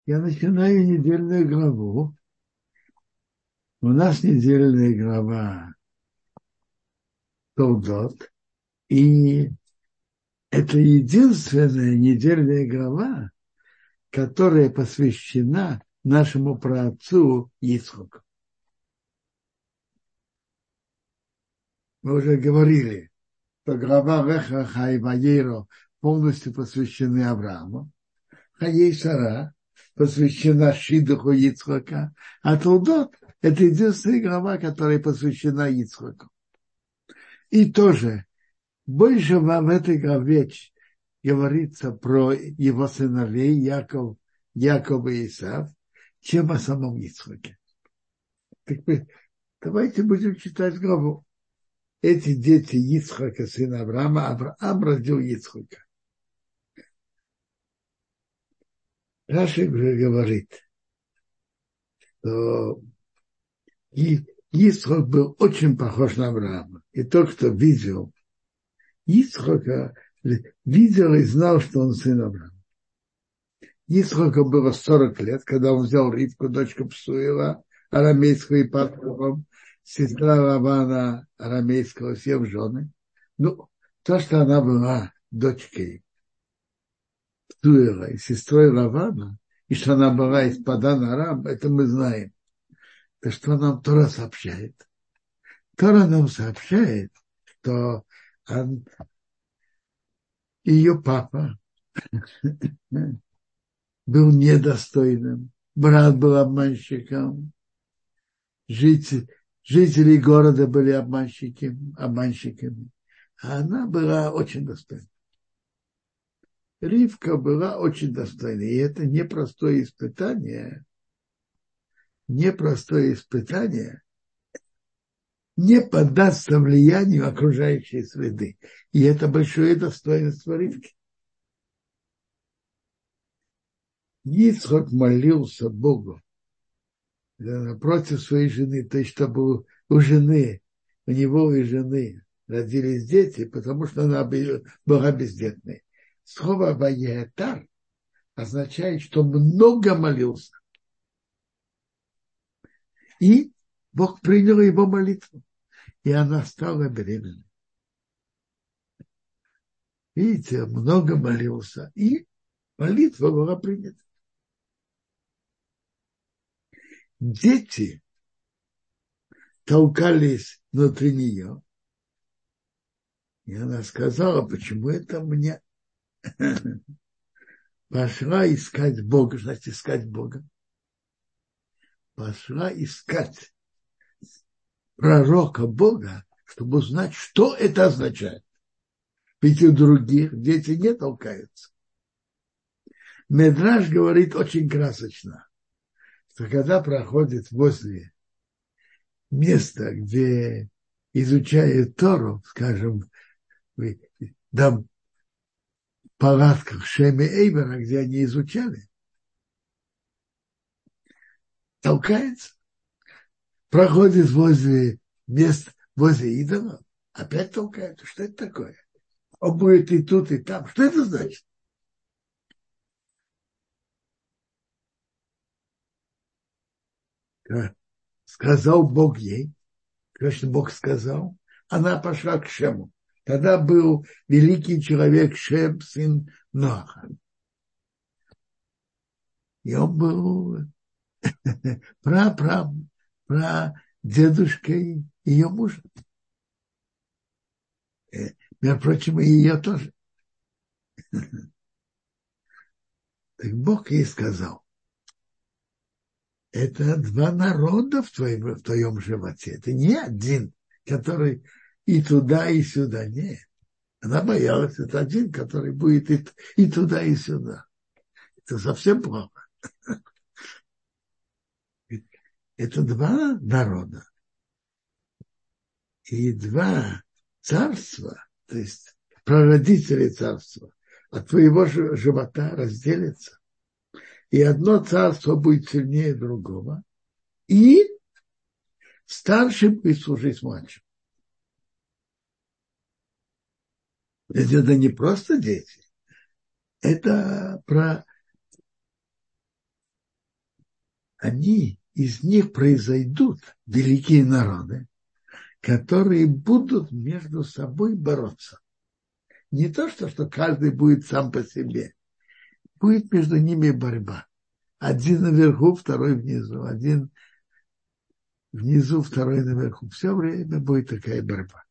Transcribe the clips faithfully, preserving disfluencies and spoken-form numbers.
Я начинаю недельную главу. У нас недельная глава Толдот. И это единственная недельная глава, которая посвящена нашему праотцу Ицхаку. Мы уже говорили, что глава Веха Хай Ваейро полностью посвящены Аврааму. Хаей Сара посвящена Шидуху Ицхака. А Толдот – это единственная глава, которая посвящена Ицхаку. И тоже больше в этой главе говорится про его сыновей Яков, Яков и Исав, чем о самом Ицхаке. Так мы, давайте будем читать главу. Эти дети Ицхака, сына Авраама, Авраам родил Ицхака. Раши уже говорит, что Ицхак был очень похож на Авраама. И тот, кто видел Ицхака, видел и знал, что он сын Авраама. Ицхаку было сорок лет, когда он взял Ривку, дочку Псуила, арамейского и пастухом, сестра Лавана, арамейского, все в жены. Ну, то, что она была дочкой Псуила и сестрой Лавана, и что она была из Падан Арам, это мы знаем. То, что нам Тора сообщает. Тора нам сообщает, что он, ее папа был недостойным, брат был обманщиком, жители, жители города были обманщики, обманщиками, а она была очень достойна. Ривка была очень достойна, и это непростое испытание, непростое испытание не поддастся влиянию окружающей среды. И это большое достоинство Ривки. Ицхак молился Богу напротив своей жены, то есть чтобы у жены, у него и жены родились дети, потому что она была бездетной. Слово «ваятар» означает, что много молился. И Бог принял его молитву, и она стала беременной. Видите, много молился, и молитва была принята. Дети толкались внутри нее, и она сказала, почему это мне пошла искать Бога, значит, искать Бога. Пошла искать пророка Бога, чтобы узнать, что это означает. Ведь у других дети не толкаются. Медраж говорит очень красочно, что когда проходит возле места, где изучают Тору, скажем, в палатках Шеми Эйбера, где они изучали, толкается, проходит возле мест, возле идолов, опять толкается. Что это такое? Он будет и тут, и там. Что это значит? Сказал Бог ей, конечно, Бог сказал, она пошла к Шему. Тогда был великий человек Шем, сын Ноаха. И он был пра-пра, пра-дедушкой ее мужа. Между прочим, и ее тоже. Так Бог ей сказал, это два народа в твоем, в твоем животе. Это не один, который и туда, и сюда. Нет. Она боялась, это один, который будет и, и туда, и сюда. Это совсем плохо. Это два народа. И два царства, то есть прародители царства, от твоего живота разделятся. И одно царство будет сильнее другого. И старший будет служить младшим. Ведь это не просто дети. Это про они, из них произойдут великие народы, которые будут между собой бороться. Не то, что, что каждый будет сам по себе. Будет между ними борьба. Один наверху, второй внизу. Один внизу, второй наверху. Все время будет такая борьба.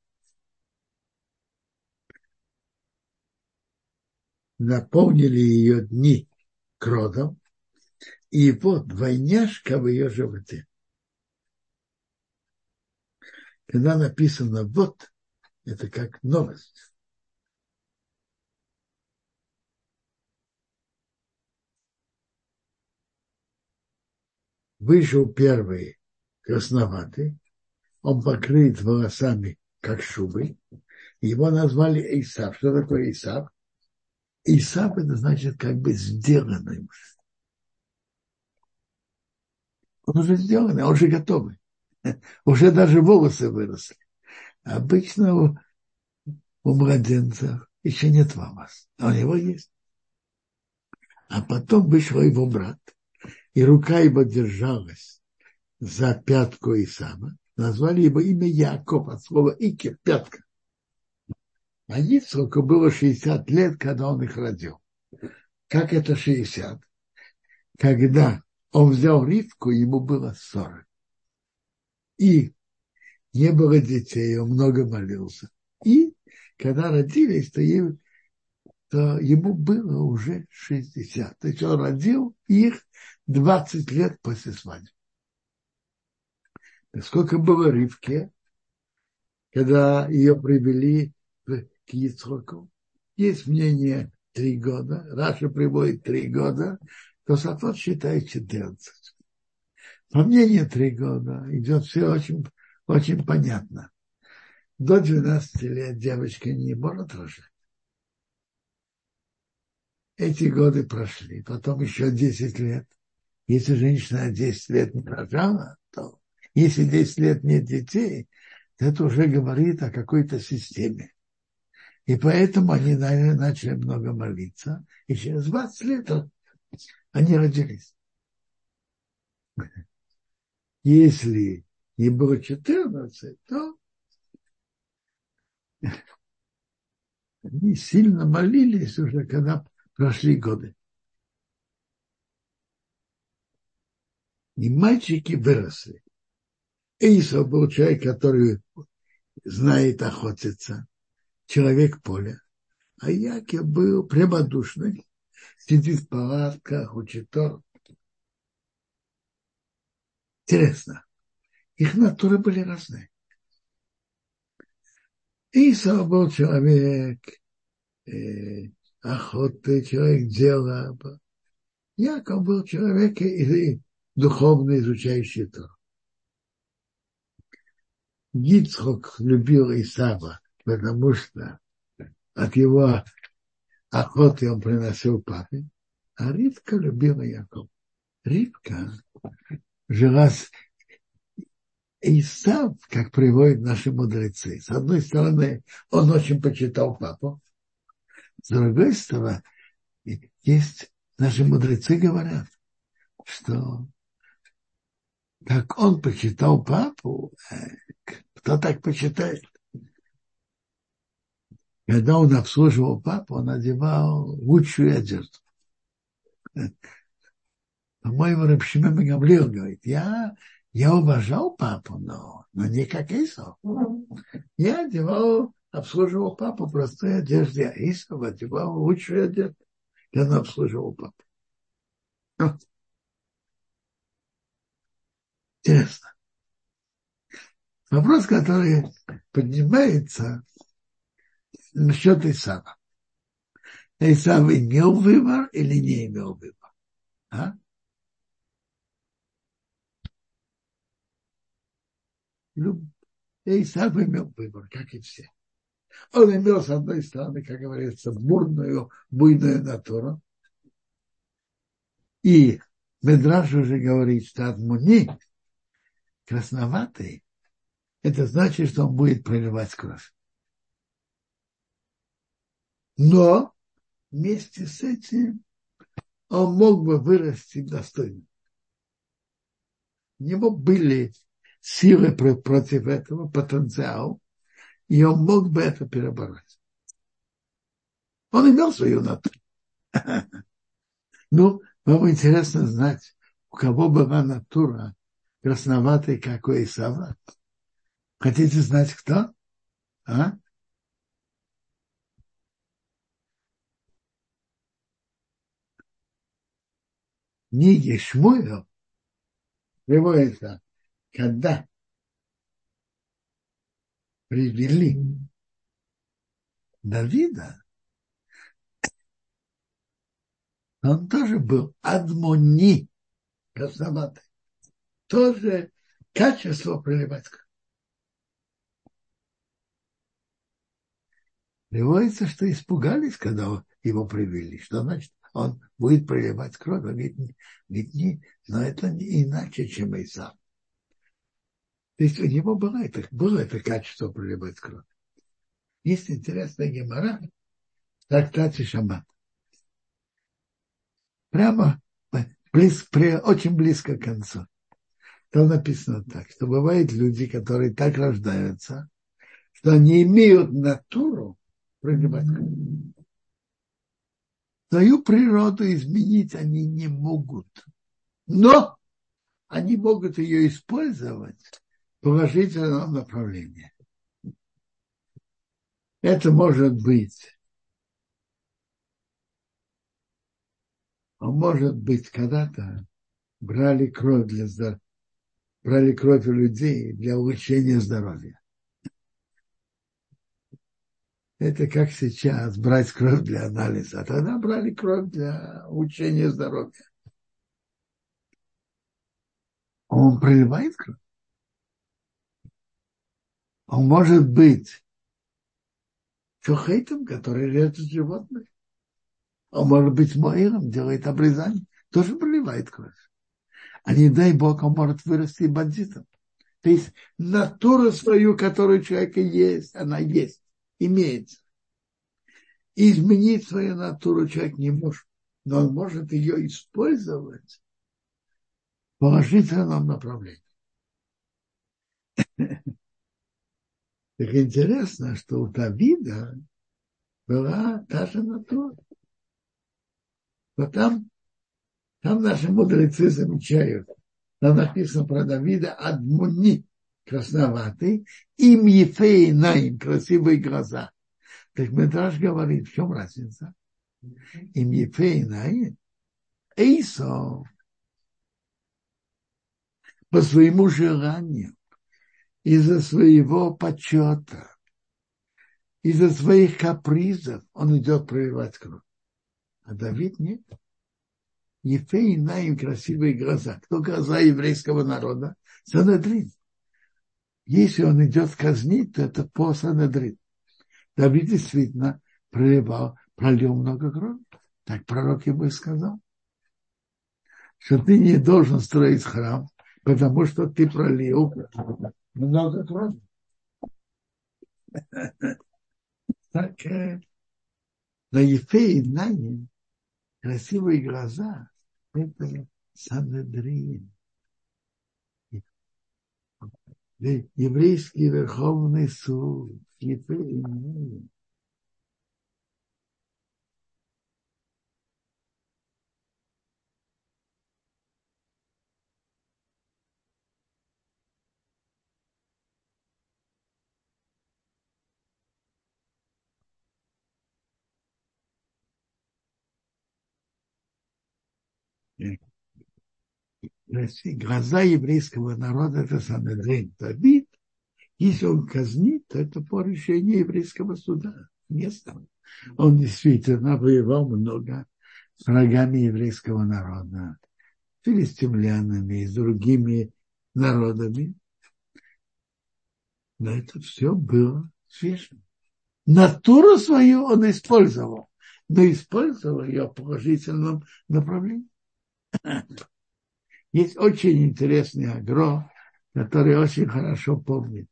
Наполнили ее дни кровом, и вот двойняшка в ее животе. Когда написано «вот», это как новость. Вышел первый красноватый, он покрыт волосами, как шубой. Его назвали Исав. Что такое Исав? Исав это значит как бы сделанный уже. Он уже сделанный, он уже готовый. Уже даже волосы выросли. Обычно у, у младенцев еще нет волос, а у него есть. А потом вышел его брат, и рука его держалась за пятку Исава. Назвали его имя Яков от слова Икер, пятка. А Ицхаку было шестьдесят лет, когда он их родил. Как это шестьдесят? Когда он взял Ривку, ему было сорок. И не было детей, он много молился. И когда родились, то, им, то ему было уже шестьдесят. То есть он родил их двадцать лет после свадьбы. Сколько было Ривке, когда ее привели к Ицхаку? Есть мнение три года. Раша приводит три года, то Сафот считает четырнадцать. По мнению три года идет все очень, очень понятно. До двенадцати лет девочка не может рожать. Эти годы прошли, потом еще десять лет. Если женщина десять лет не рожала, то если десять лет нет детей, то это уже говорит о какой-то системе. И поэтому они начали много молиться, и через двадцать лет они родились. Если не было четырнадцать, то они сильно молились уже, когда прошли годы. И мальчики выросли. Эйсов был человек, который знает охотиться, человек поля. А Яков был прямодушный, сидит в палатках, учит Тору. Интересно, их натуры были разные. Исав был человек э, охоты, человек дела. Яков был человек или духовно изучающий Тору. Ицхак любил Исава, потому что от его охоты он приносил папе, а Ривка любила Якова. Ривка жила с Исав, как приводят наши мудрецы. С одной стороны, он очень почитал папу, с другой стороны, есть наши мудрецы говорят, что как он почитал папу, кто так почитает? Когда он обслуживал папу, он одевал лучшую одежду. По-моему, Рав Шимон бен Гамлиэль говорит, я, я уважал папу, но, но не как Исав. Я одевал, обслуживал папу в простой одежде, а Исав одевал лучшую одежду, когда он обслуживал папу. Интересно. Вопрос, который поднимается насчет Исава. Исав имел выбор или не имел выбор? А? Исав имел выбор, как и все. Он имел, с одной стороны, как говорится, бурную, буйную натуру. И Медраш уже говорит, что Адмуни красноватый, это значит, что он будет проливать кровь. Но вместе с этим он мог бы вырасти достойно. У него были силы против этого, потенциал, и он мог бы это перебороть. Он имел свою натуру. Ну, вам интересно знать, у кого была натура красноватая, как у Исава? Хотите знать, кто? А? В книге Шмуэл приводится, когда привели Давида, он тоже был адмони, красноватый. Тоже качество проливать кровь. Приводится, что испугались, когда его привели. Что значит, он будет проливать кровь, а ведь, ведь не, но это не иначе, чем Исав. То есть у него было это, было это качество проливать кровь. Есть интересная гемора в трактате Шаббат. Прямо близ, при, очень близко к концу. Там написано так, что бывают люди, которые так рождаются, что они имеют натуру проливать кровь. Свою природу изменить они не могут. Но они могут ее использовать в положительном направлении. Это может быть, может быть, когда-то брали кровь для здоровья, брали кровь у людей для улучшения здоровья. Это как сейчас брать кровь для анализа. А тогда брали кровь для улучшения здоровья. Он проливает кровь. Он может быть чухейтом, который режет животных. Он может быть моиром, делает обрезание, тоже проливает кровь. А не дай Бог, он может вырасти бандитом. То есть натура свою, которую у человека есть, она есть, имеется. И изменить свою натуру человек не может. Но он может ее использовать в положительном направлении. Так интересно, что у Давида была та же натура. Но там, там наши мудрецы замечают, там написано про Давида Адмуни, красноватый, им Ефей Наим, красивые глаза. Так Медраш говорит, в чем разница? Им Ефей Наим, Эйсов по своему желанию, из-за своего почета, из-за своих капризов он идет проливать кровь. А Давид нет. Ефей Наим, красивые глаза. Кто глаза еврейского народа? Санедрин. Если он идет казнить, то это по Санедрин. Давид действительно проливал, пролил много крови. Так пророк ему и сказал, что ты не должен строить храм, потому что ты пролил много крови. Так, на Ефей Наим красивые глаза – это Санедрин. Еврейский Верховный суд. Ефей Наим. Глаза еврейского народа – это Санедрин. Давид, если он казнит, то это по решению еврейского суда. Место. Он действительно воевал много с врагами еврейского народа, филистимлянами и с другими народами. Но это все было свежо. Натуру свою он использовал, но использовал ее в положительном направлении. Есть очень интересный агро, который очень хорошо помнит.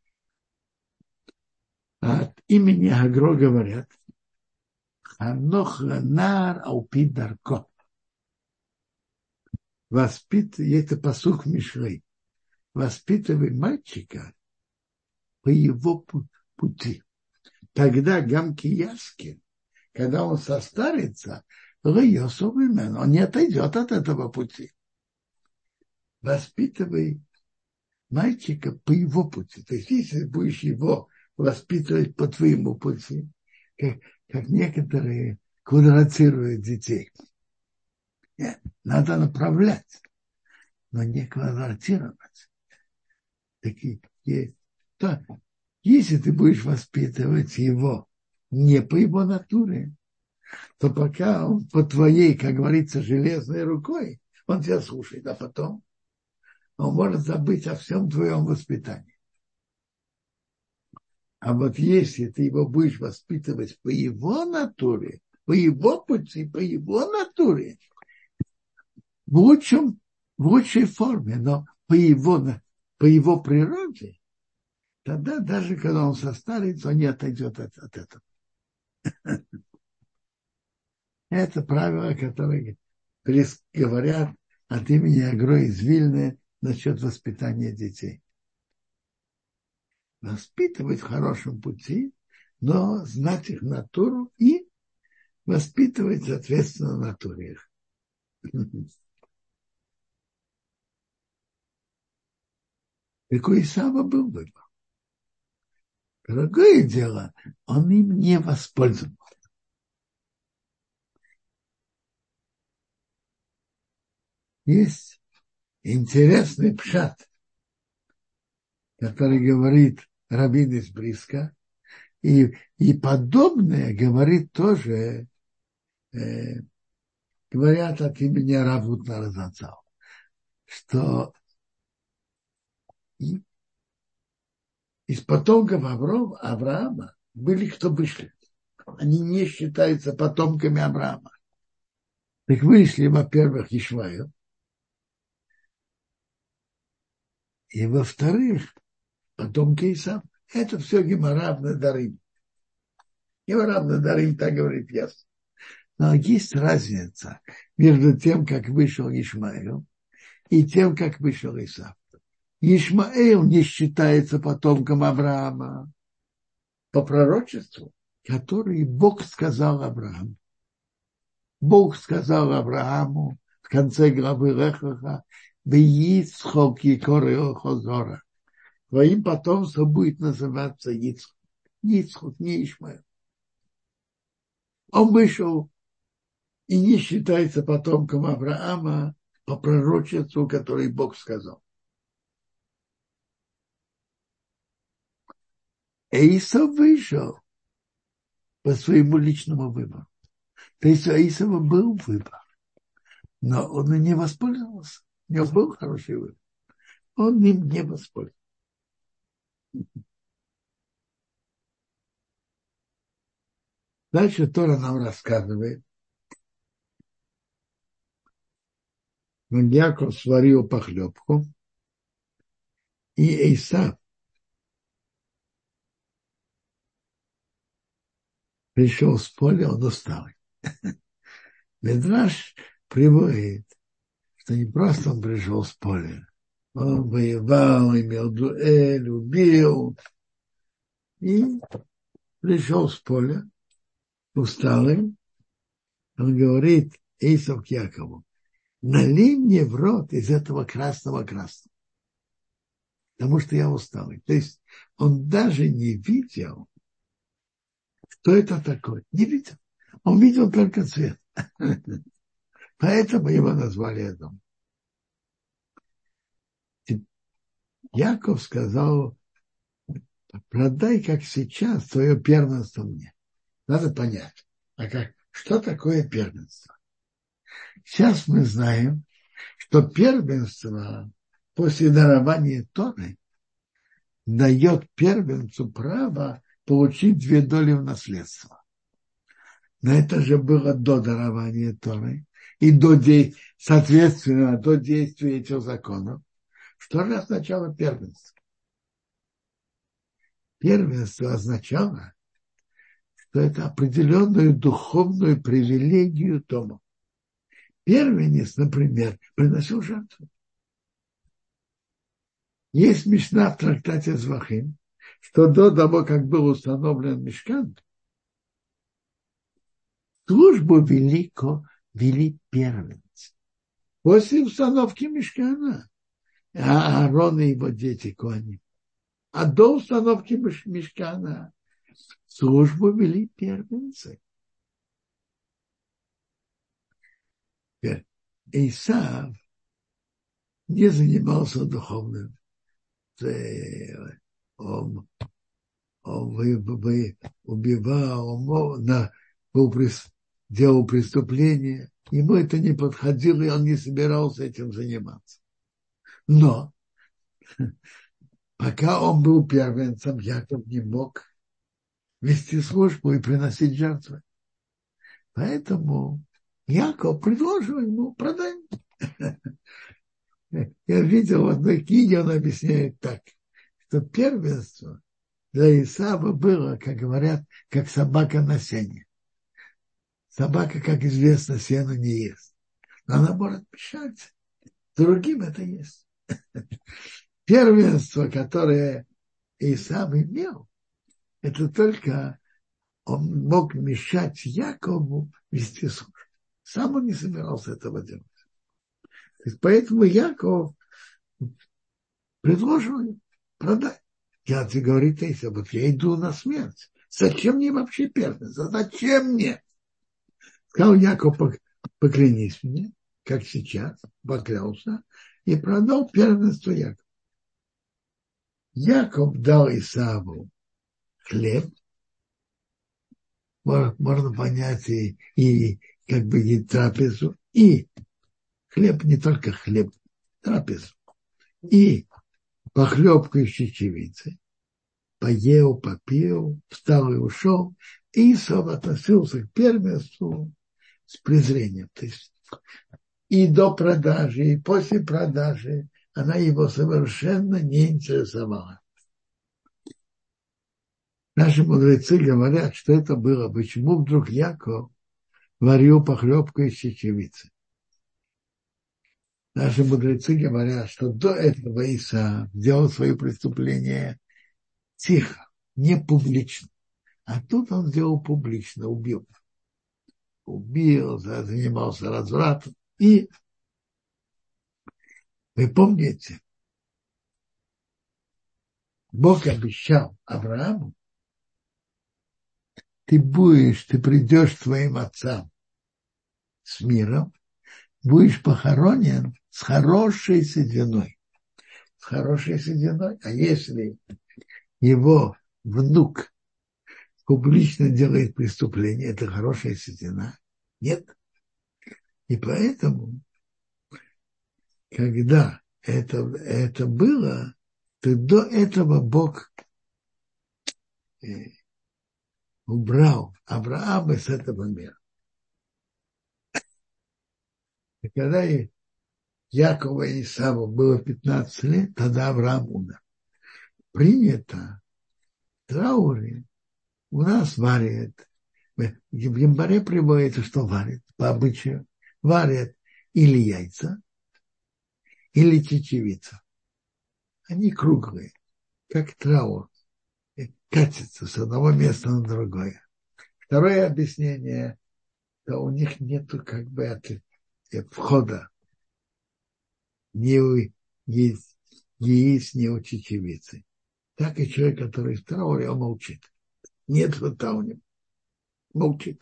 От имени агро говорят Ханох Ланар Аупи Дарко. Воспитывай, это пасук Мишлей. Воспитывай мальчика по его пути. Тогда Гамки Яски, когда он состарится, он не отойдет от этого пути. Воспитывай мальчика по его пути. То есть, если будешь его воспитывать по твоему пути, как, как некоторые квадроцируют детей, нет, надо направлять, но не квадратировать. Такие есть. То, если ты будешь воспитывать его не по его натуре, то пока он по твоей, как говорится, железной рукой, он тебя слушает, а потом он может забыть о всем твоем воспитании. А вот если ты его будешь воспитывать по его натуре, по его пути, по его натуре, в лучшем, в лучшей форме, но по его, по его природе, тогда даже когда он состарится, он не отойдет от, от этого. Это правило, которое говорят от имени Агро из Вильны насчет воспитания детей. Воспитывать в хорошем пути, но знать их натуру и воспитывать, соответственно, натуре их. Какой Исава был выбор. Другое дело, он им не воспользовался. Есть интересный пшат, который говорит Рабин из Бриска, и, и подобное говорит тоже, э, говорят от имени Равут Наразацал, что и, из потомков Авраама, Авраама были кто вышли. Они не считаются потомками Авраама. Так вышли, во-первых, Ишмаил, и во-вторых, потомки Исава. Это все Гемара в Недарим. Гемара в Недарим так говорит ясно. Но есть разница между тем, как вышел Ишмаил, и тем, как вышел Исав. Ишмаил не считается потомком Авраама по пророчеству, который Бог сказал Аврааму. Бог сказал Аврааму в конце главы Лехаха: «Веицхок якорео хозора». Твоим потомством будет называться Ицхок. Ицхок, не Ишмаил. Он вышел и не считается потомком Авраама по пророчеству, которое Бог сказал. Эйсов вышел по своему личному выбору. То есть у Эйсова был выбор, но он и не воспользовался. У него был хороший выбор. Он им не воспользовался. Дальше Тора нам рассказывает. Яков сварил похлебку, и Эйсав пришел с поля, он усталый. Медраш приводит, что не просто он пришел с поля, он воевал, имел дуэль, убил, и пришел с поля, усталый. Он говорит Эйсав к Якову: налей мне в рот из этого красного красного, потому что я усталый. То есть он даже не видел, кто это такой. Не видел. Он видел только цвет. Поэтому его назвали Эдом. Яков сказал: продай, как сейчас, твое первенство мне. Надо понять, а как, что такое первенство? Сейчас мы знаем, что первенство после дарования Торы дает первенцу право получить две доли в наследство. Но это же было до дарования Торы и до де... соответственно, до действия этих законов. Что же означало первенство? Первенство означало, что это определенную духовную привилегию дома. первенец, например, приносил жертву. Есть мишна в трактате Звахим, что до того, как был установлен мишкан, службу велико вели первенцы. После установки мишкана, а Аарон и его дети кони. А до установки мишкана службу вели первенцы. Исав не занимался духовным. Он, он убивал, он был, делал преступления. Ему это не подходило, и он не собирался этим заниматься. Но пока он был первенцем, Яков не мог вести службу и приносить жертвы. Поэтому Яков предложил ему: продай. Я видел в одной книге, он объясняет так, что первенство для Исава было, как говорят, как собака на сене. Собака, как известно, сено не ест. Но она может мешать другим, это есть. Первенство, которое Исав имел, это только он мог мешать Якову вести службу. Сам он не собирался этого делать. То есть поэтому Яков предложил ему: продай. Я тебе говорю, Исав, вот я иду на смерть. Зачем мне вообще первенство? Зачем мне? Сказал Яков: поклянись мне, как сейчас, поклялся, и продал первенство Якова. Яков дал Исаву хлеб, можно понять, и, и как бы и трапезу, и хлеб, не только хлеб, трапезу, и похлебку из чечевицы, поел, попил, встал и ушел, и Исав относился к первенству с презрением. То есть и до продажи, и после продажи она его совершенно не интересовала. Наши мудрецы говорят, что это было, почему вдруг Яков варил похлебку из чечевицы. Наши мудрецы говорят, что до этого Исав делал свои преступления тихо, не публично. А тут он сделал публично, убил. Убил, занимался развратом. И вы помните, Бог обещал Аврааму: ты будешь, ты придешь к твоим отцам с миром, будешь похоронен с хорошей сединой. С хорошей сединой. А если его внук публично делает преступление, это хорошая седина? Нет. И поэтому, когда это, это было, то до этого Бог убрал Авраама с этого мира. И когда Якова и Исаву было пятнадцать лет, тогда Авраам умер. Принято в трауре у нас варят, в январе приводится, что варят, по обычаю, варят или яйца, или чечевица. Они круглые, как траур, катятся с одного места на другое. Второе объяснение, что у них нету как бы от, от входа ни у яиц, яиц, ни у чечевицы. Так и человек, который в трауре, он молчит. Нет рта у него. Молчит.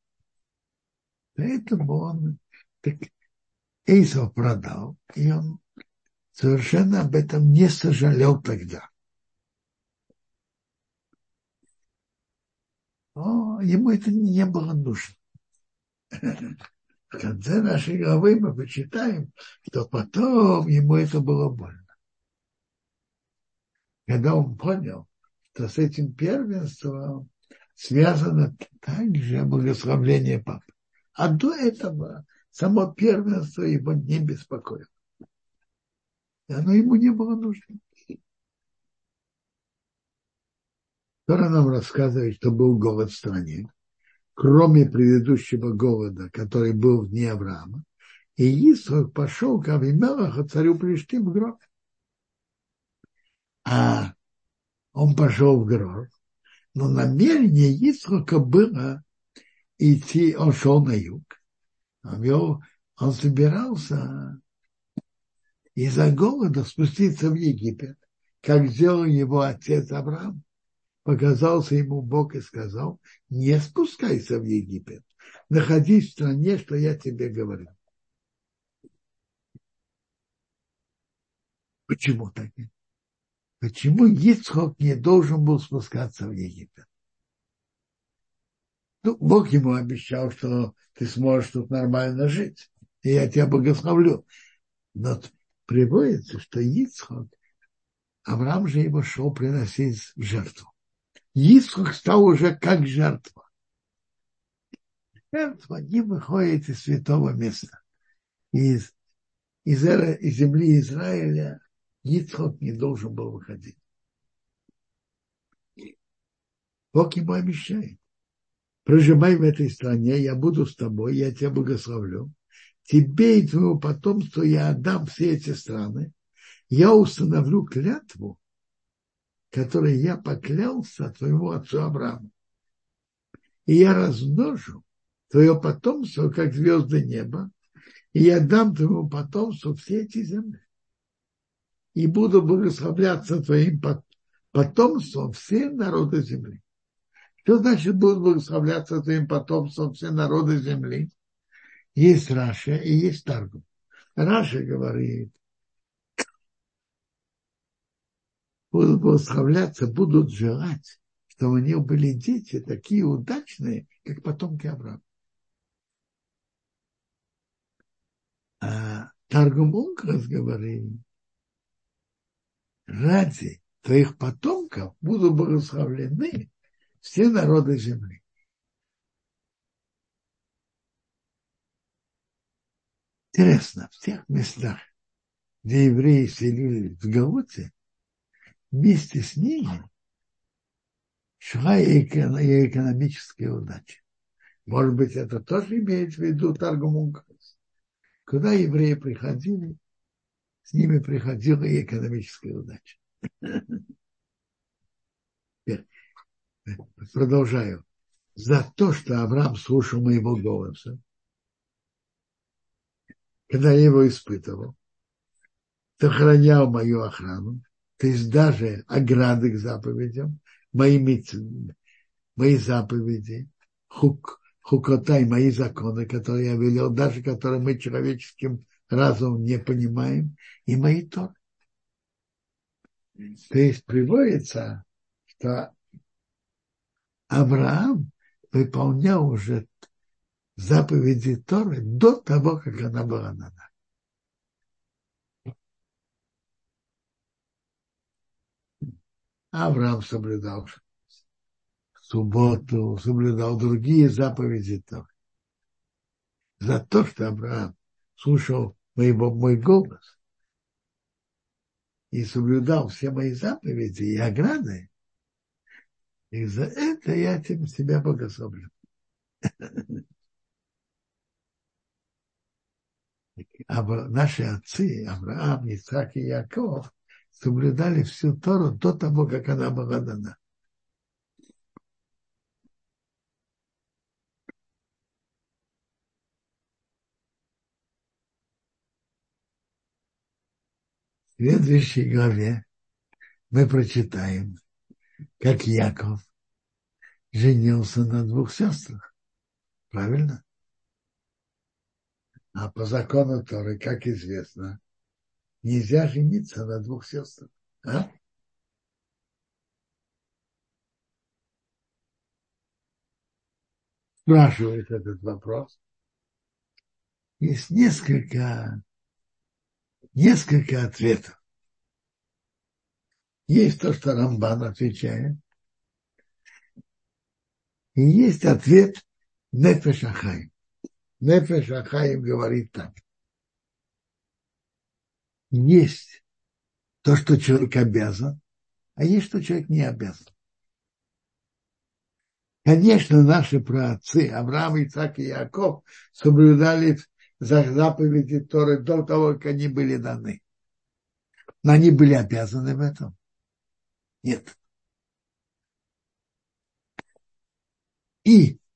Поэтому он так, Эйсов продал, и он совершенно об этом не сожалел тогда. Но ему это не было нужно. В конце нашей главы мы почитаем, что потом ему это было больно. Когда он понял, что с этим первенством связано также благословление папы. А до этого само первенство его не беспокоило. И оно ему не было нужно. Тора нам рассказывает, что был голод в стране. Кроме предыдущего голода, который был в дни Авраама, И Исхак пошел к Авимелаху, царю Плештим, в Грор. А он пошел в Грор. Но намерение Исхака было идти, он шел на юг. Он, вел, он собирался из-за голода спуститься в Египет, как сделал его отец Авраам. Показался ему Бог и сказал: не спускайся в Египет, находись в стране, что я тебе говорю. Почему так? Почему Ицхок не должен был спускаться в Египет? Ну, Бог ему обещал, что ты сможешь тут нормально жить, и я тебя благословлю. Но приводится, что Ицхок, Авраам же его шел приносить в жертву. Ицхок стал уже как жертва. Жертва не выходит из святого места. Из, из, из земли Израиля Ицхок не должен был выходить. Бог ему обещает: проживай в этой стране, я буду с тобой, я тебя благословлю. Тебе и твоему потомству я отдам все эти страны. Я установлю клятву, которой я поклялся твоему отцу Аврааму. И я размножу твое потомство, как звезды неба, и я дам твоему потомству все эти земли. И буду благословляться твоим потомством все народы земли. Что значит будут благословляться твоим потомством все народы земли? Есть Раша и есть Таргум. Раша говорит: будут благословляться, будут желать, чтобы у них были дети такие удачные, как потомки Авраама. А Таргум Ункрас говорит: ради твоих потомков будут благословлены все народы земли. Интересно, в тех местах, где евреи селились в Галуте, вместе с ними шла и экономическая удача. Может быть, это тоже имеет в виду Таргум Ункрас. Куда евреи приходили, с ними приходила и экономическая удача. Продолжаю. За то, что Авраам слушал моего голоса, когда я его испытывал, сохранял мою охрану, то есть даже ограды к заповедям, мои, мои заповеди, хук, хукотай, мои законы, которые я велел, даже которые мы человеческим разумом не понимаем, и мои торы. То есть приводится, что Авраам выполнял уже заповеди Торы до того, как она была дана. Авраам соблюдал субботу, соблюдал другие заповеди Торы. За то, что Авраам слушал моего, мой голос и соблюдал все мои заповеди и ограды, и за это я тебя благословлю. Наши отцы, Авраам, Ицхак и Яков, соблюдали всю Тору до того, как она была дана. В следующей главе мы прочитаем, как Яков женился на двух сестрах. Правильно? А по закону Торы, как известно, нельзя жениться на двух сестрах. А? Спрашивает этот вопрос. Есть несколько, несколько ответов. Есть то, что Рамбан отвечает. И есть ответ Нефеш Ахаим. Нефеш Ахаим говорит так. Есть то, что человек обязан, а есть, что человек не обязан. Конечно, наши праотцы, Авраам, Ицхак и Яков, соблюдали за заповеди Торы до того, как они были даны. Но они были обязаны в этом? Нет. И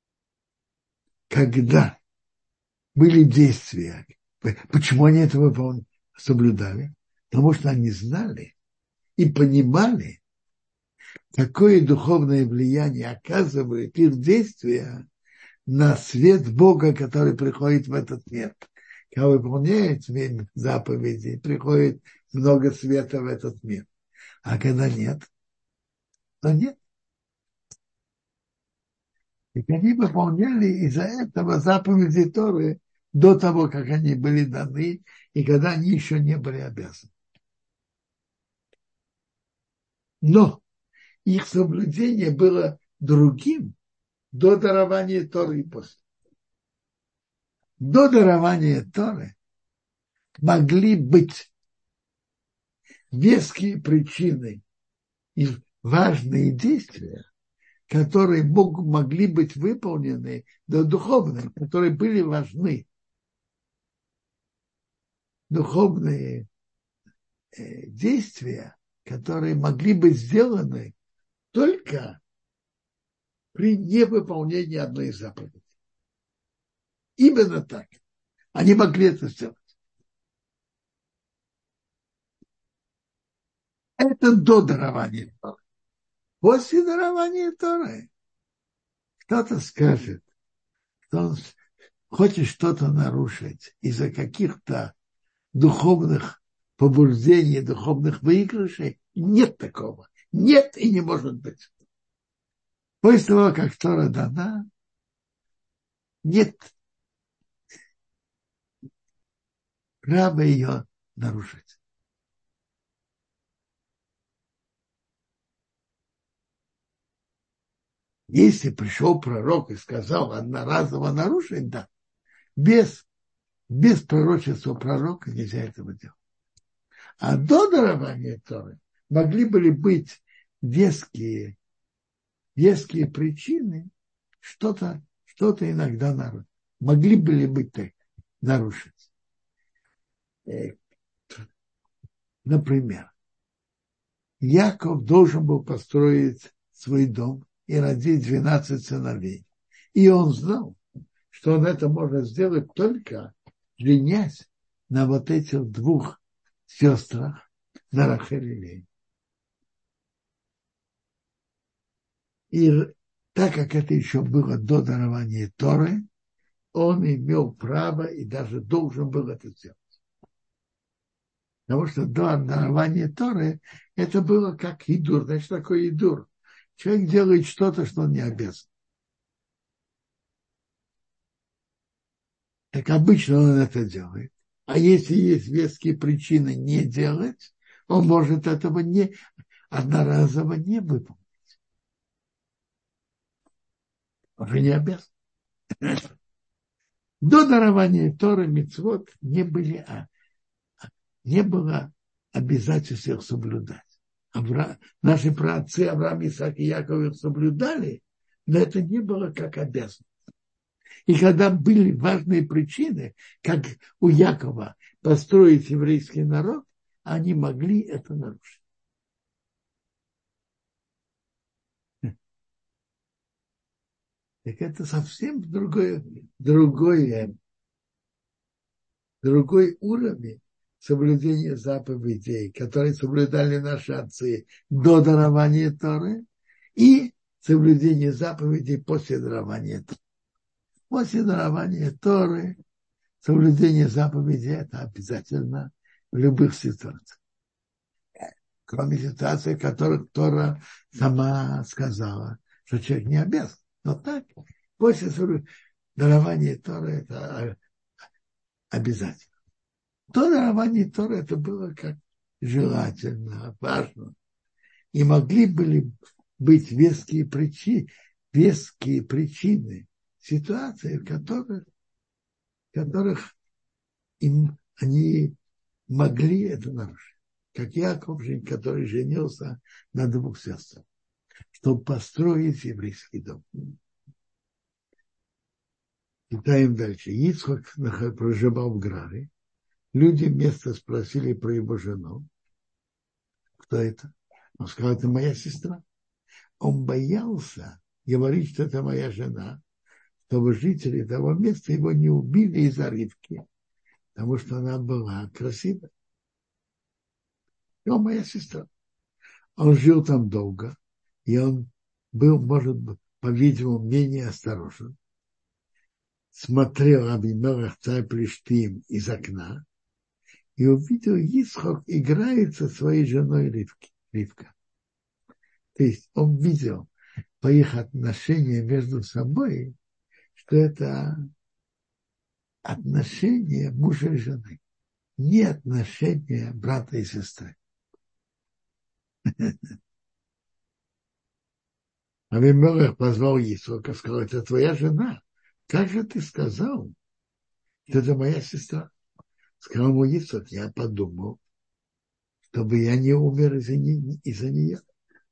когда были действия, почему они это выполняли, соблюдали? Потому что они знали и понимали, какое духовное влияние оказывает их действия на свет Бога, который приходит в этот мир. Когда выполняет заповеди, приходит много света в этот мир. А когда нет, то нет. И они выполняли из-за этого заповеди Торы до того, как они были даны, и когда они еще не были обязаны. Но их соблюдение было другим до дарования Торы и после. До дарования Торы могли быть веские причины и важные действия, которые мог, могли быть выполнены, да, духовные, которые были важны. Духовные э, действия, которые могли быть сделаны только при невыполнении одной из заповедей. Именно так. Они могли это сделать. Это до дарования Торы. После дарования Торы кто-то скажет, что он хочет что-то нарушить из-за каких-то духовных побуждений, духовных выигрышей. Нет такого. Нет и не может быть. После того, как Тора дана, нет права ее нарушить. Если пришел пророк и сказал одноразово нарушить, да, без, без пророчества пророка нельзя этого делать. А до дарования Торы могли были быть веские, веские причины что-то, что-то иногда нарушить. Могли были быть так, нарушить. Например, Яков должен был построить свой дом и родить двенадцать сыновей. И он знал, что он это может сделать только женясь на вот этих двух сестрах, на Рахель и Лея. И так как это еще было до дарования Торы, он имел право и даже должен был это сделать. Потому что до дарования Торы это было как идур. Значит, такое идур. Человек делает что-то, что он не обязан. Так обычно он это делает. А если есть веские причины не делать, он может этого не, одноразово не выполнить. Он же не обязан. До дарования Торы мицвот не были, а, не было обязательств их соблюдать. Авра... Наши праотцы Авраам, Исаак и Яков их соблюдали, но это не было как обязанность. И когда были важные причины, как у Якова, построить еврейский народ, они могли это нарушить. Так это совсем другое, другое, другой уровень соблюдения заповедей, которые соблюдали наши отцы до дарования Торы, и соблюдение заповедей после дарования Торы. После дарования Торы соблюдение заповедей – это обязательно в любых ситуациях. Кроме ситуаций, в которых Тора сама сказала, что человек не обязан. Но так, после дарования Торы это обязательно. До дарования Торы это было как желательно, важно. И могли были быть веские причины, веские причины ситуации, в которых, в которых им, они могли это нарушить. Как Яков, который женился на двух сестрах, чтобы построить еврейский дом. Читаем дальше. Ицхак проживал в Граре. Люди место спросили про его жену. Кто это? Он сказал, это моя сестра. Он боялся говорить, что это моя жена, чтобы жители того места его не убили из-за Ривки, потому что она была красивая. И он моя сестра. Он жил там долго, и он был, может быть, по-видимому, менее осторожен. Смотрел Авимелех, царь Плештим, из окна и увидел, Ицхак играет со своей женой Ривки, Ривка. То есть он видел по их отношениям между собой, что это отношения мужа и жены, не отношения брата и сестры. Авимелех позвал Ицхака, сказал, это твоя жена. Как же ты сказал, что это моя сестра? Сказал ему Ицхак, я подумал, чтобы я не умер из-за, не, из-за нее.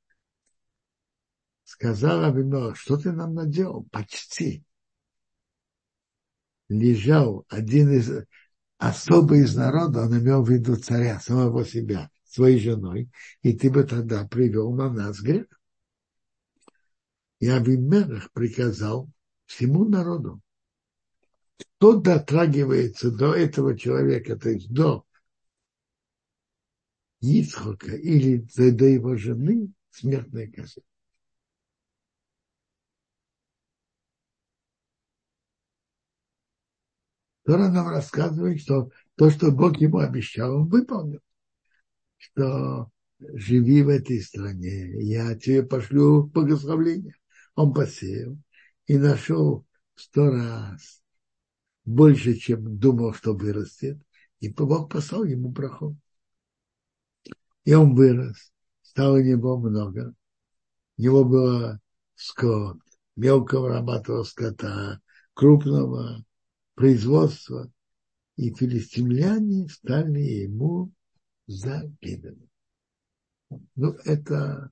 Сказал Авимелех, что ты нам наделал? Почти. Лежал один из, особый из народа, он имел в виду царя, самого себя, своей женой, и ты бы тогда привел на нас грех. И Авимелех приказал всему народу, кто дотрагивается до этого человека, то есть до Ицхака или до, до его жены, смертная казнь. Тора нам рассказывает, что то, что Бог ему обещал, он выполнил. Что живи в этой стране, я тебе пошлю благословление. Он посеял и нашел сто раз больше, чем думал, что вырастет. И Бог послал ему браху. И он вырос, стало у него много. У него было скот, мелкого рабатого скота, крупного производства. И филистимляне стали ему завидовать. Ну, это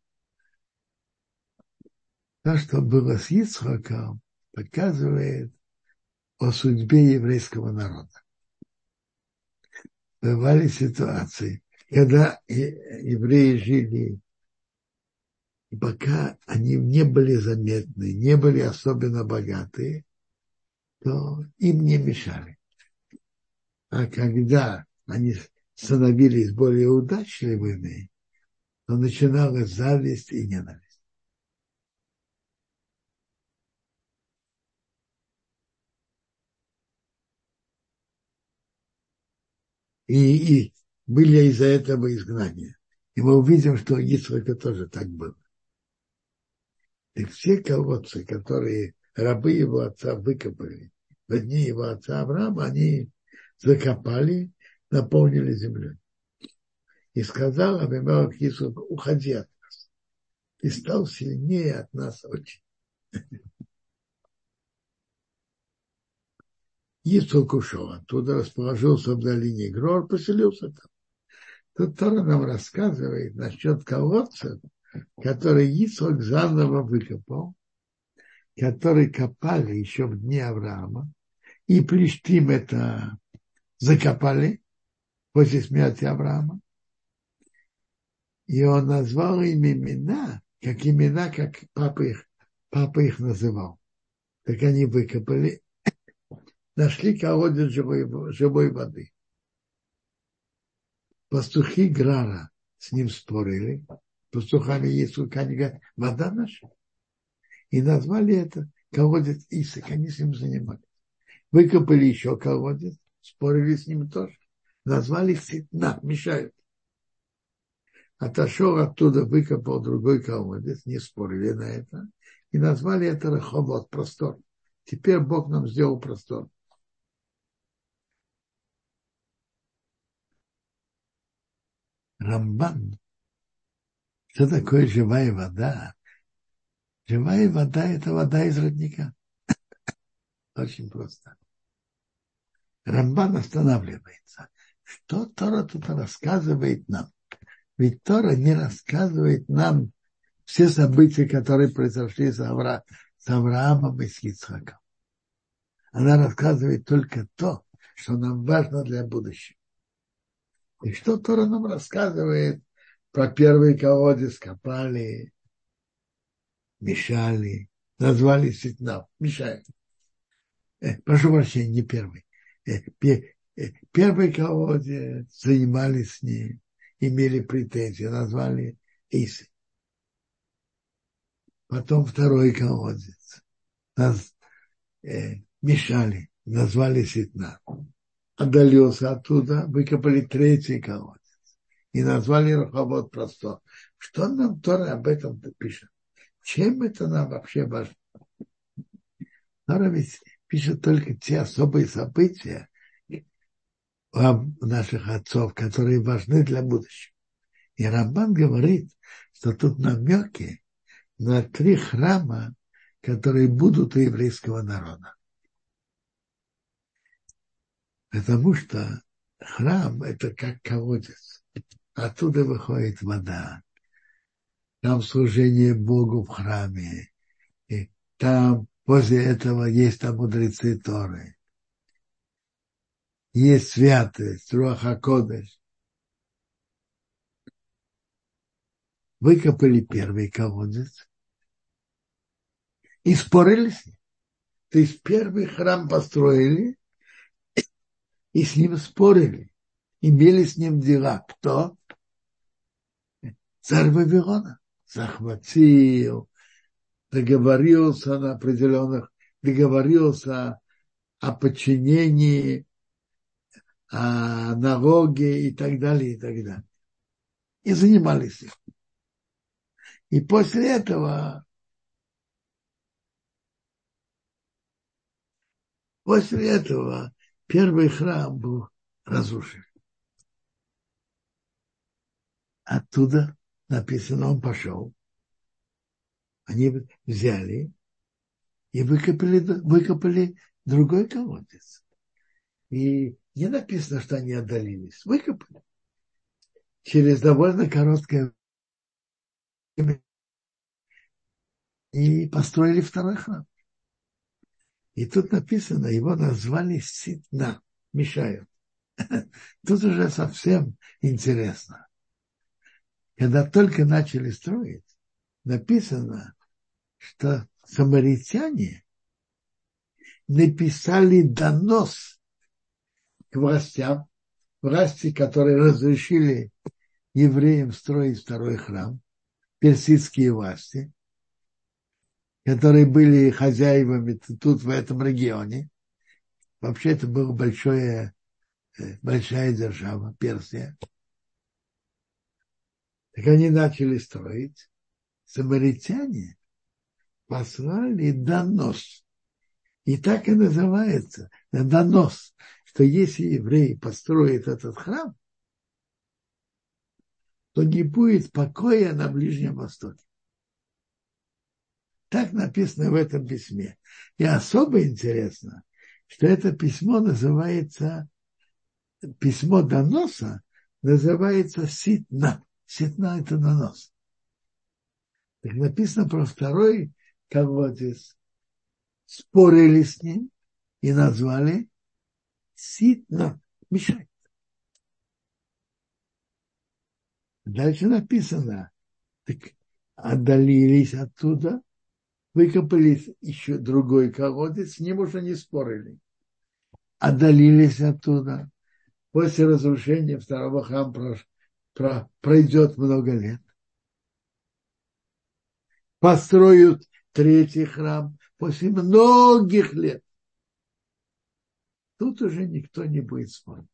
то, что было с Ицхаком, показывает о судьбе еврейского народа. Бывали ситуации, когда евреи жили, и пока они не были заметны, не были особенно богатые, то им не мешали. А когда они становились более удачливыми, то начиналась зависть и ненависть. И, и были из-за этого изгнания. И мы увидим, что у Ицхака тоже так было. И все колодцы, которые рабы его отца выкопали в дни его отца Авраама, они закопали, наполнили землей. И сказал Авимелех Ицхаку, уходи от нас. И стал сильнее от нас очень. Ицхак ушел оттуда, расположился в долине Грор, поселился там. Тут Тора нам рассказывает насчет колодцев, которые Ицхак заново выкопал, которые копали еще в дни Авраама, и Плештим это закопали после смерти Авраама. И он назвал им имена, как имена, как папа их, папа их называл. Так они выкопали, нашли колодец живой, живой воды. Пастухи Грара с ним спорили. Пастухами Ицхака, они говорят, вода наша. И назвали это колодец Исаак, они с ним занимались. Выкопали еще колодец, спорили с ним тоже. Назвали Ситна, мешают. Отошел оттуда, выкопал другой колодец, не спорили на это. И назвали это Раховод, простор. Теперь Бог нам сделал простор. Рамбан. Что такое живая вода? Живая вода – это вода из родника. Очень просто. Рамбан останавливается. Что Тора тут рассказывает нам? Ведь Тора не рассказывает нам все события, которые произошли с, Авра... с Авраамом и с Ицхаком. она рассказывает только то, что нам важно для будущего. И что Тора нам рассказывает про первый колодец, копали, мешали, назвали Ситнав, мешали. Э, прошу прощения, не первый. Э, пе, э, первый колодец, занимались с ним, имели претензии, назвали Исы. Потом второй колодец, нас э, мешали, назвали Ситнав. Отдалился оттуда, выкопали третий колодец и назвали Рахавот просто. Что нам Тора об этом пишет? Чем это нам вообще важно? Тора ведь пишет только те особые события у наших отцов, которые важны для будущего. И Рамбан говорит, что тут намеки на три храма, которые будут у еврейского народа. Потому что храм – это как колодец. Оттуда выходит вода. Там служение Богу в храме. И там после этого есть там мудрецы Торы. Есть святость, Руах ха-Кодеш. Выкопали первый колодец и спорили с ним. То есть первый храм построили и с ним спорили. Имели с ним дела. Кто? Царь Вавилона. Захватил, договорился на определенных, договорился о подчинении, о налоге и так далее, и так далее. И занимались им. И после этого, после этого первый храм был разрушен. Оттуда написано, он пошел. Они взяли и выкопали, выкопали другой колодец. И не написано, что они отдалились. Выкопали. Через довольно короткое время и построили второй храм. И тут написано, его назвали Ситна, мешают. Тут уже совсем интересно. Когда только начали строить, написано, что самаритяне написали донос к властям, власти, которые разрешили евреям строить второй храм, персидские власти, которые были хозяевами тут, в этом регионе. Вообще это была большая, большая держава, Персия. Так они начали строить. Самаритяне послали донос. И так и называется донос, что если евреи построят этот храм, то не будет покоя на Ближнем Востоке. Так написано в этом письме. И особо интересно, что это письмо называется, письмо доноса называется Ситна. Ситна – это донос. Так написано про второй колодец. Спорили с ним и назвали Ситна. Мешать. Дальше написано, так отдалились оттуда, выкопали еще другой колодец, с ним уже не спорили. Отдалились оттуда. После разрушения второго храма про, про, пройдет много лет. Построят третий храм после многих лет. Тут уже никто не будет спорить.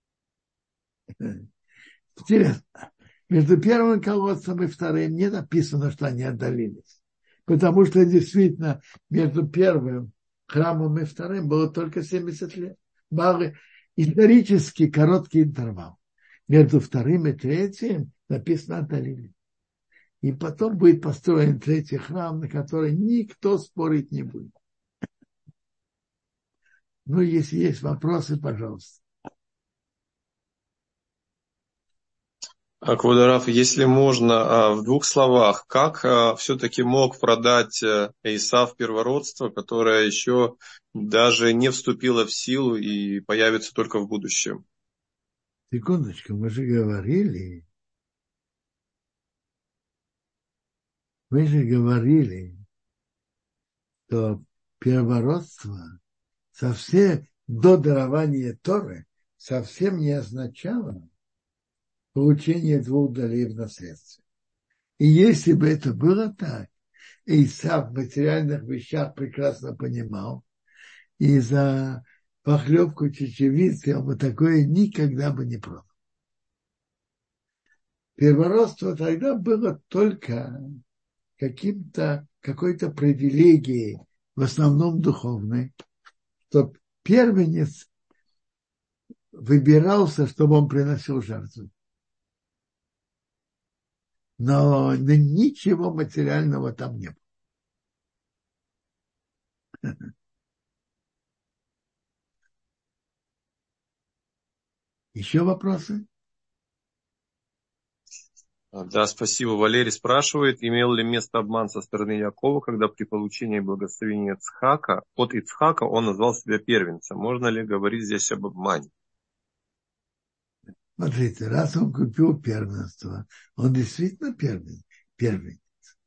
Интересно. Между первым колодцем и вторым не написано, что они отдалились. Потому что действительно между первым храмом и вторым было только семьдесят лет. Малый, исторически короткий интервал. Между вторым и третьим написано отдалились. И потом будет построен третий храм, на который никто спорить не будет. Ну, если есть вопросы, пожалуйста. Квадараф, если можно, в двух словах, как все-таки мог продать Эйсав первородство, которое еще даже не вступило в силу и появится только в будущем? Секундочку, мы же говорили, мы же говорили, что первородство совсем до дарования Торы совсем не означало получение двух долей в наследстве. И если бы это было так, Исав в материальных вещах прекрасно понимал, и за похлебку чечевицы он бы такое никогда бы не продал. Первородство тогда было только каким-то, какой-то привилегией, в основном духовной, что первенец выбирался, чтобы он приносил жертву. Но ничего материального там не было. Еще вопросы? Да, спасибо. Валерий спрашивает, имел ли место обман со стороны Якова, когда при получении благословения Ицхака, от Ицхака он назвал себя первенцем. Можно ли говорить здесь об обмане? Смотрите, раз он купил первенство, он действительно первенец. первенец.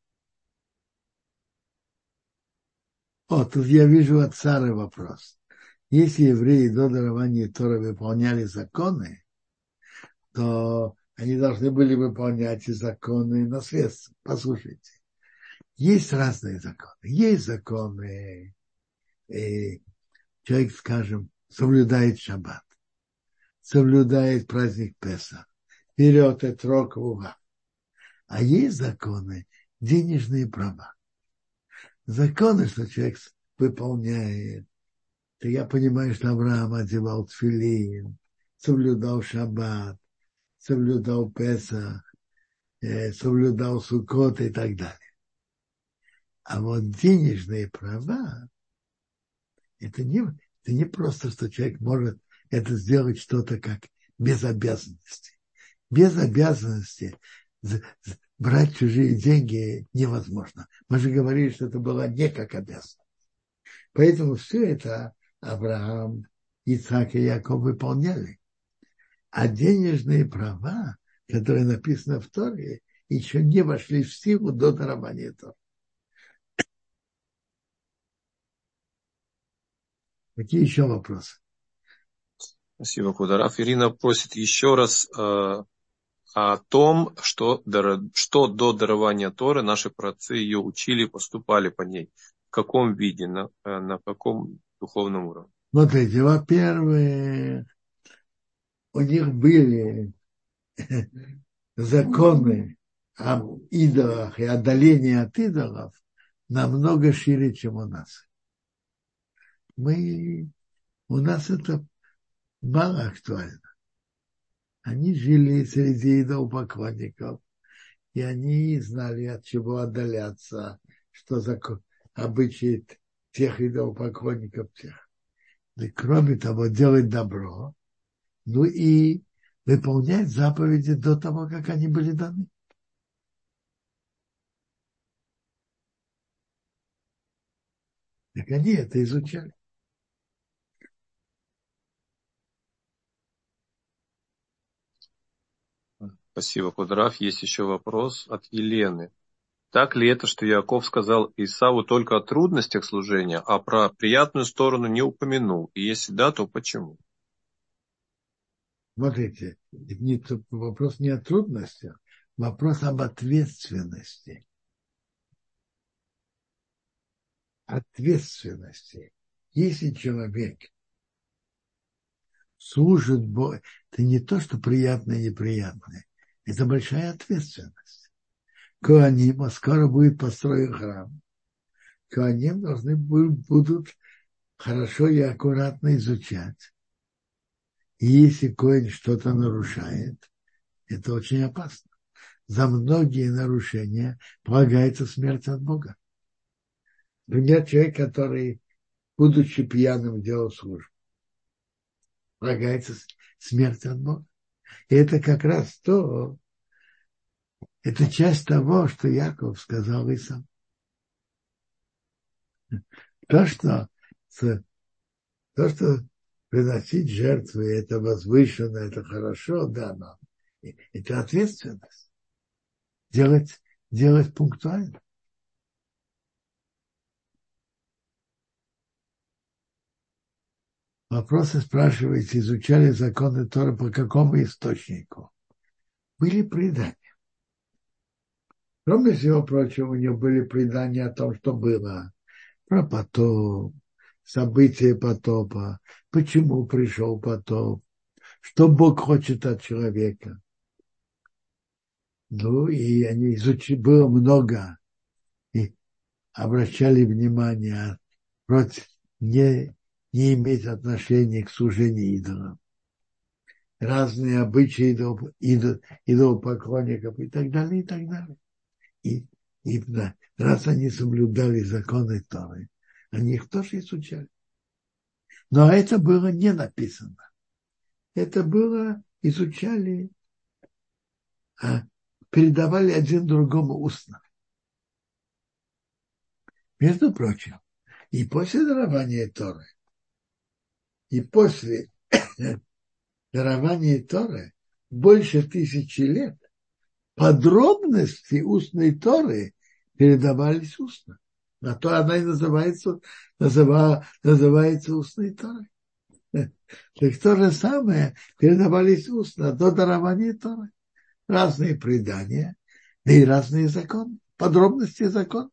О, тут я вижу от Сары вопрос. Если евреи до дарования Тора выполняли законы, то они должны были выполнять и законы наследства. Послушайте, есть разные законы. Есть законы, и человек, скажем, соблюдает шаббат, соблюдает праздник Песах, берет этрог луга. А есть законы, денежные права. Законы, что человек выполняет. То я понимаю, что Авраам одевал тфилин, соблюдал шаббат, соблюдал Песах, э, соблюдал Суккот и так далее. А вот денежные права, это не, это не просто, что человек может это сделать что-то как без обязанности. Без обязанности брать чужие деньги невозможно. Мы же говорили, что это было не как обязанность. Поэтому все это Авраам, Ицхак и Яков выполняли. А денежные права, которые написаны в Торе, еще не вошли в силу до дарования Торы. Какие еще вопросы? Спасибо, Кударав. Ирина просит еще раз э, о том, что, что до дарования Торы наши праотцы ее учили, поступали по ней. В каком виде, на, на каком духовном уровне? Смотрите, во-первых, у них были законы об идолах и отдалении от идолов намного шире, чем у нас. Мы, у нас это мало актуально. Они жили среди идолопоклонников, и они знали, от чего отдаляться, что за обычаи тех идолопоклонников тех. И кроме того, делать добро, ну и выполнять заповеди до того, как они были даны. Так они это изучали. Спасибо, Кударав. Есть еще вопрос от Елены. Так ли это, что Яков сказал Исаву только о трудностях служения, а про приятную сторону не упомянул? И если да, то почему? Смотрите, не, вопрос не о трудностях, вопрос об ответственности. Ответственности. Если человек служит Богу, это не то, что приятное и неприятное, это большая ответственность. Коаним, а скоро будет построен храм. Коаним должны будут хорошо и аккуратно изучать. И если коин что-то нарушает, это очень опасно. За многие нарушения полагается смерть от Бога. Например, человек, который, будучи пьяным, делал службу, полагается смерть от Бога. И это как раз то, Это часть того, что Яков сказал Исаву. То, что, то, что приносить жертвы, это возвышенно, это хорошо, да, но это ответственность. Делать, делать пунктуально. Вопросы спрашиваете, изучали законы Торы по какому источнику? Были предания. Кроме всего прочего, у него были предания о том, что было. Про потоп, события потопа, почему пришел потоп, что Бог хочет от человека. Ну, и они изучили, было много, и обращали внимание против не, не иметь отношения к служению идолам. Разные обычаи идол, идол, идолопоклонников и так далее, и так далее. И, и да, раз они соблюдали законы Торы, они их тоже изучали. Но это было не написано. Это было, изучали, а передавали один другому устно. Между прочим, и после дарования Торы, и после дарования Торы больше тысячи лет подробности устной Торы передавались устно. А то она и называется, называла, называется устной Торой. Так то же самое передавались устно до дарования Торы. Разные предания и разные законы, подробности закона.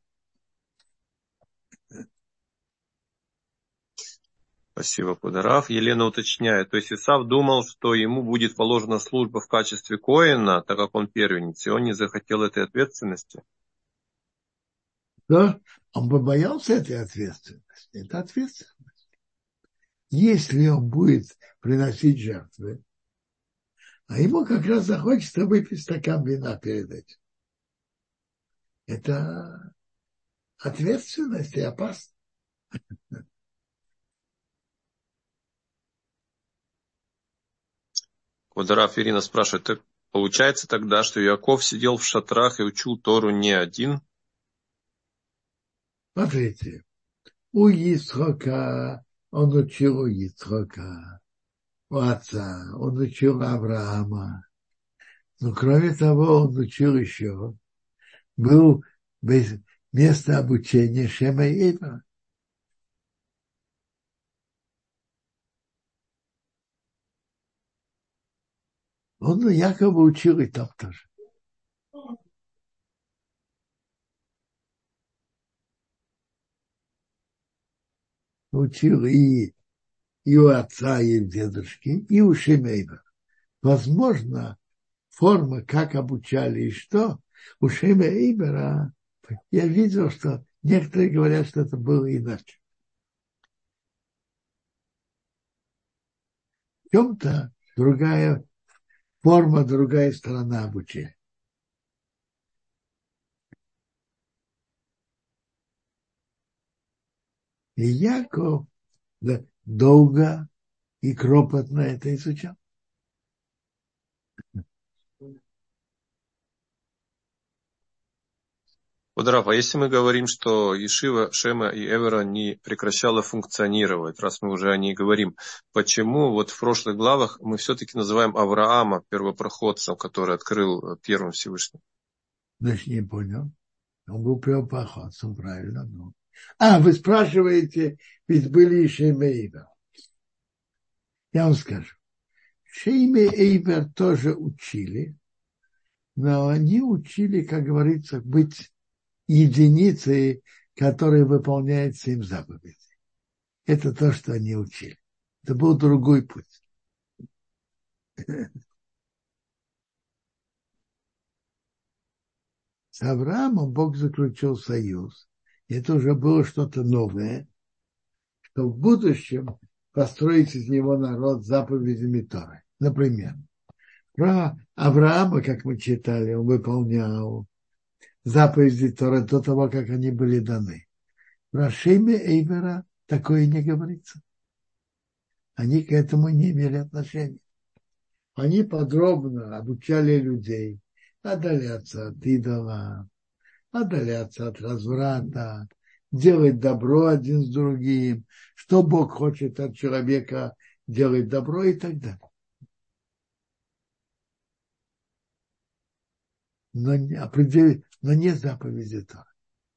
Спасибо, Кударав. Елена уточняет, то есть Исав думал, что ему будет положена служба в качестве коэна, так как он первенец, и он не захотел этой ответственности? Да, он бы боялся этой ответственности. Это ответственность. Если он будет приносить жертвы, а ему как раз захочется выпить стакан вина перед этим. Это ответственность и опасность. Кударав Ирина спрашивает, так получается тогда, что Яков сидел в шатрах и учил Тору не один? Смотрите, у Ицхока он учил у Ицхока, у отца, он учил Авраама. Но кроме того, он учил еще, был место обучения Шема и Эйфера. Он якобы учил и там тоже. Учил и, и у отца, и у дедушки, и у Шемейна. Возможно, форма, как обучали и что, у Шема Эйбера, я видел, что некоторые говорят, что это было иначе. В чем-то другая форма, другая сторона обучения. И Яков да, долго и кропотно это изучал. Кударав, а если мы говорим, что Ешива, Шема и Эвера не прекращала функционировать, раз мы уже о ней говорим, почему вот в прошлых главах мы все-таки называем Авраама первопроходцем, который открыл первым Всевышний? Значит, не понял. Он был первопроходцем, правильно. Ну. А, вы спрашиваете, ведь были и Шема и Эйбер. Я вам скажу. Шема и Эйбер тоже учили, но они учили, как говорится, быть единицей, которая выполняет семь заповедей. Это то, что они учили. Это был другой путь. С Авраамом Бог заключил союз. И это уже было что-то новое, что в будущем построить из него народ заповедями Торы. Например, про Авраама, как мы читали, он выполнял заповеди Торы до того, как они были даны. Про Шеме Эйбера такое не говорится. Они к этому не имели отношения. Они подробно обучали людей, отдаляться от идола, отдаляться от разврата, делать добро один с другим, что Бог хочет от человека, делать добро и так далее. Но не, определ... но не заповеди Торы.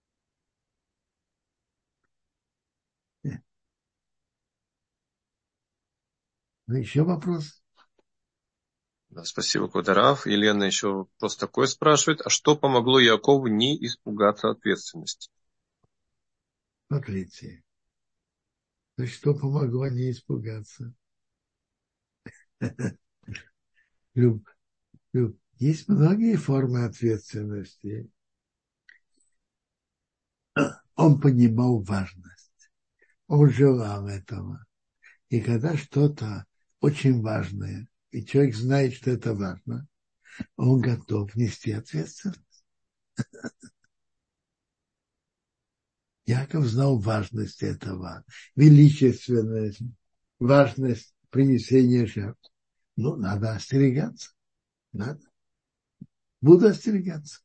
Ну, еще вопрос? Да, спасибо, Кударав. Елена еще вопрос такой спрашивает. А что помогло Якову не испугаться ответственности? Смотрите. То есть, что помогло не испугаться? Люб, люб. Есть многие формы ответственности. Он понимал важность. Он желал этого. И когда что-то очень важное, и человек знает, что это важно, он готов нести ответственность. Яков знал важность этого, величественность, важность принесения жертв. Ну, надо остерегаться. Надо. Буду остерегаться.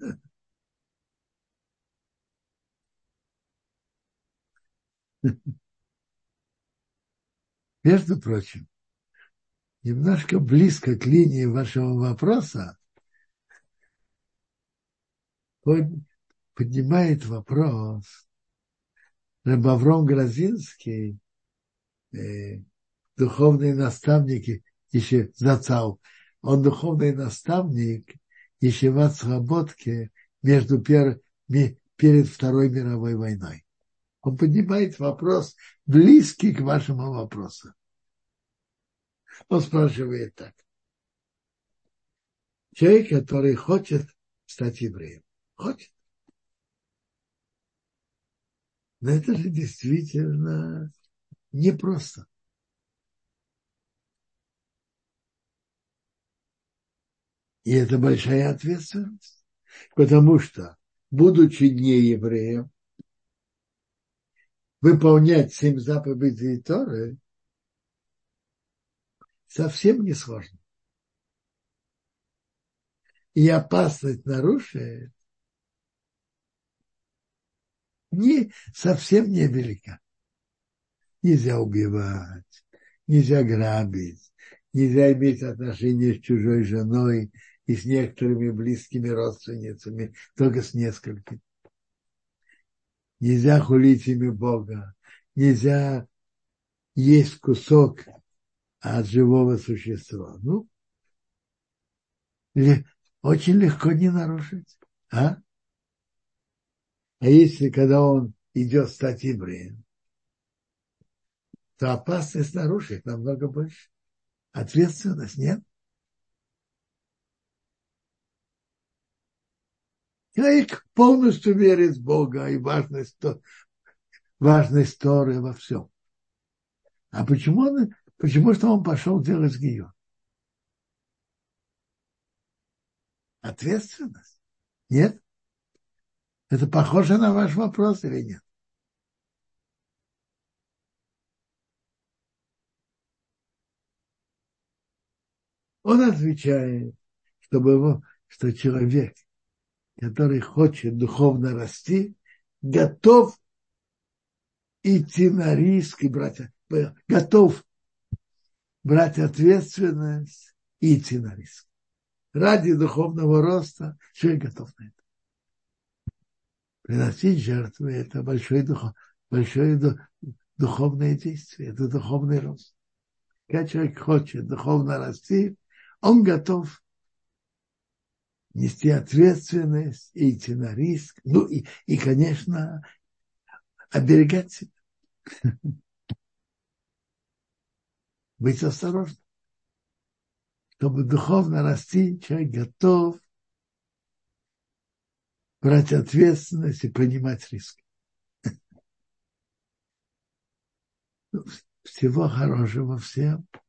Между прочим, немножко близко к линии вашего вопроса поднимает вопрос Реб Авром Грозинский, э, духовный наставник, еще Зацал, он духовный наставник Ешиват Слободки между пер, перед Второй мировой войной. Он поднимает вопрос, близкий к вашему вопросу. Он спрашивает так. Человек, который хочет стать евреем, хочет. Но это же действительно непросто. И это большая ответственность. Потому что, будучи не евреем, выполнять семь заповедей Торы совсем не сложно. И опасность нарушить не, совсем невелика. Нельзя убивать, нельзя грабить, нельзя иметь отношения с чужой женой и с некоторыми близкими родственницами, только с несколькими. Нельзя хулить имя Бога, нельзя есть кусок от живого существа. Ну, очень легко не нарушить. А? А если когда он идет стать евреем, то опасность нарушить намного больше. Ответственность нет. Человек полностью верит в Бога и важность, важность Торы во всем. А почему он, почему что он пошел делать гиюр? Ответственность? Нет? Это похоже на ваш вопрос или нет? Он отвечает, чтобы его, что человек, который хочет духовно расти, готов идти на риск и брать, готов брать ответственность и идти на риск. Ради духовного роста человек готов на это. Приносить жертвы – это большое, духов, большое духовное действие, это духовный рост. Когда человек хочет духовно расти, он готов нести ответственность и идти на риск, ну и, и конечно, оберегать себя. Быть осторожным. Чтобы духовно расти, человек готов брать ответственность и принимать риски. Всего хорошего всем.